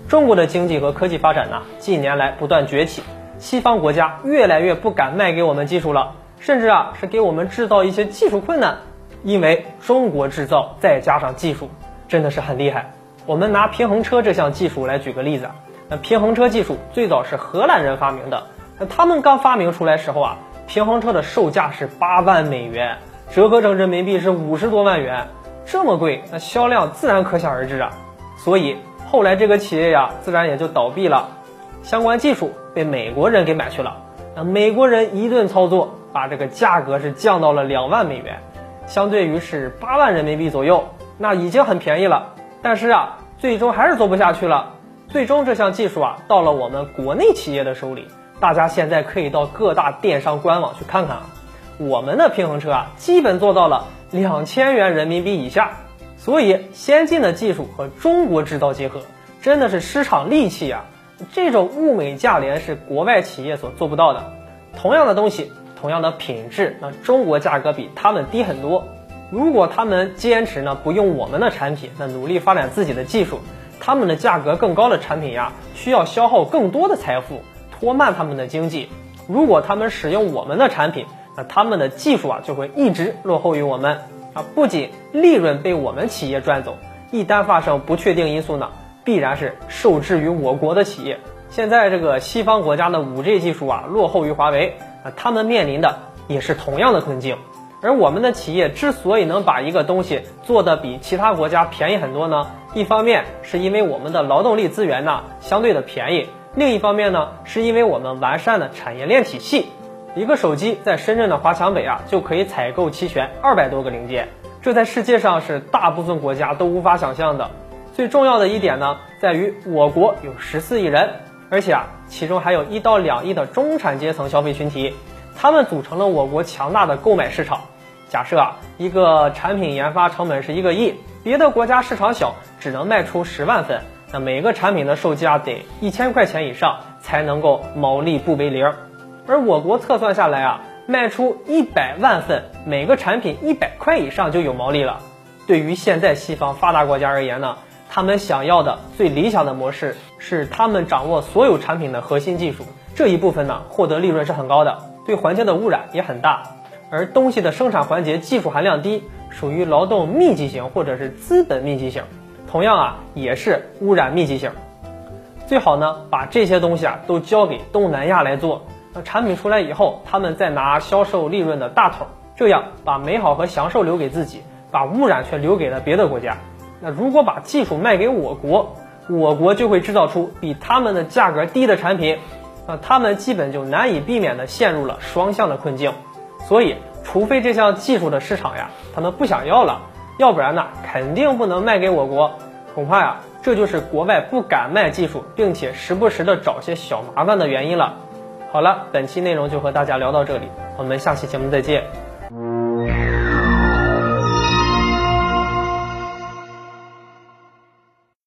中国的经济和科技发展呢，近年来不断崛起，西方国家越来越不敢卖给我们技术了，甚至是给我们制造一些技术困难，因为中国制造再加上技术，真的是很厉害。我们拿平衡车这项技术来举个例子，那平衡车技术最早是荷兰人发明的，那他们刚发明出来时候平衡车的售价是8万美元，折合成人民币是50多万元，这么贵，那销量自然可想而知所以后来这个企业自然也就倒闭了，相关技术被美国人给买去了。那美国人一顿操作，把这个价格是降到了2万美元，相对于是8万人民币左右，那已经很便宜了。但是最终还是做不下去了。最终这项技术到了我们国内企业的手里，大家现在可以到各大电商官网去看看我们的平衡车基本做到了2000元人民币以下。所以先进的技术和中国制造结合，真的是市场利器这种物美价廉是国外企业所做不到的。同样的东西，同样的品质，那中国价格比他们低很多。如果他们坚持不用我们的产品，那努力发展自己的技术，他们的价格更高的产品需要消耗更多的财富，拖慢他们的经济。如果他们使用我们的产品，那他们的技术就会一直落后于我们不仅利润被我们企业赚走，一旦发生不确定因素必然是受制于我国的企业。现在这个西方国家的 5G 技术落后于华为，他们面临的也是同样的困境。而我们的企业之所以能把一个东西做得比其他国家便宜很多呢，一方面是因为我们的劳动力资源相对的便宜，另一方面呢是因为我们完善的产业链体系。一个手机在深圳的华强北就可以采购齐全200多个零件，这在世界上是大部分国家都无法想象的。最重要的一点在于我国有14亿人，而且其中还有1到2亿的中产阶层消费群体，他们组成了我国强大的购买市场。假设一个产品研发成本是1个亿，别的国家市场小，只能卖出10万份，那每个产品的售价得1000块钱以上才能够毛利不为0。而我国测算下来卖出100万份，每个产品100块以上就有毛利了。对于现在西方发达国家而言他们想要的最理想的模式是他们掌握所有产品的核心技术，这一部分获得利润是很高的，对环境的污染也很大。而东西的生产环节技术含量低，属于劳动密集型或者是资本密集型，同样也是污染密集型。最好把这些东西都交给东南亚来做，那产品出来以后，他们再拿销售利润的大头，这样把美好和享受留给自己，把污染却留给了别的国家。那如果把技术卖给我国，我国就会制造出比他们的价格低的产品，那他们基本就难以避免的陷入了双向的困境。所以除非这项技术的市场他们不想要了，要不然肯定不能卖给我国。恐怕这就是国外不敢卖技术，并且时不时的找些小麻烦的原因了。好了，本期内容就和大家聊到这里，我们下期节目再见。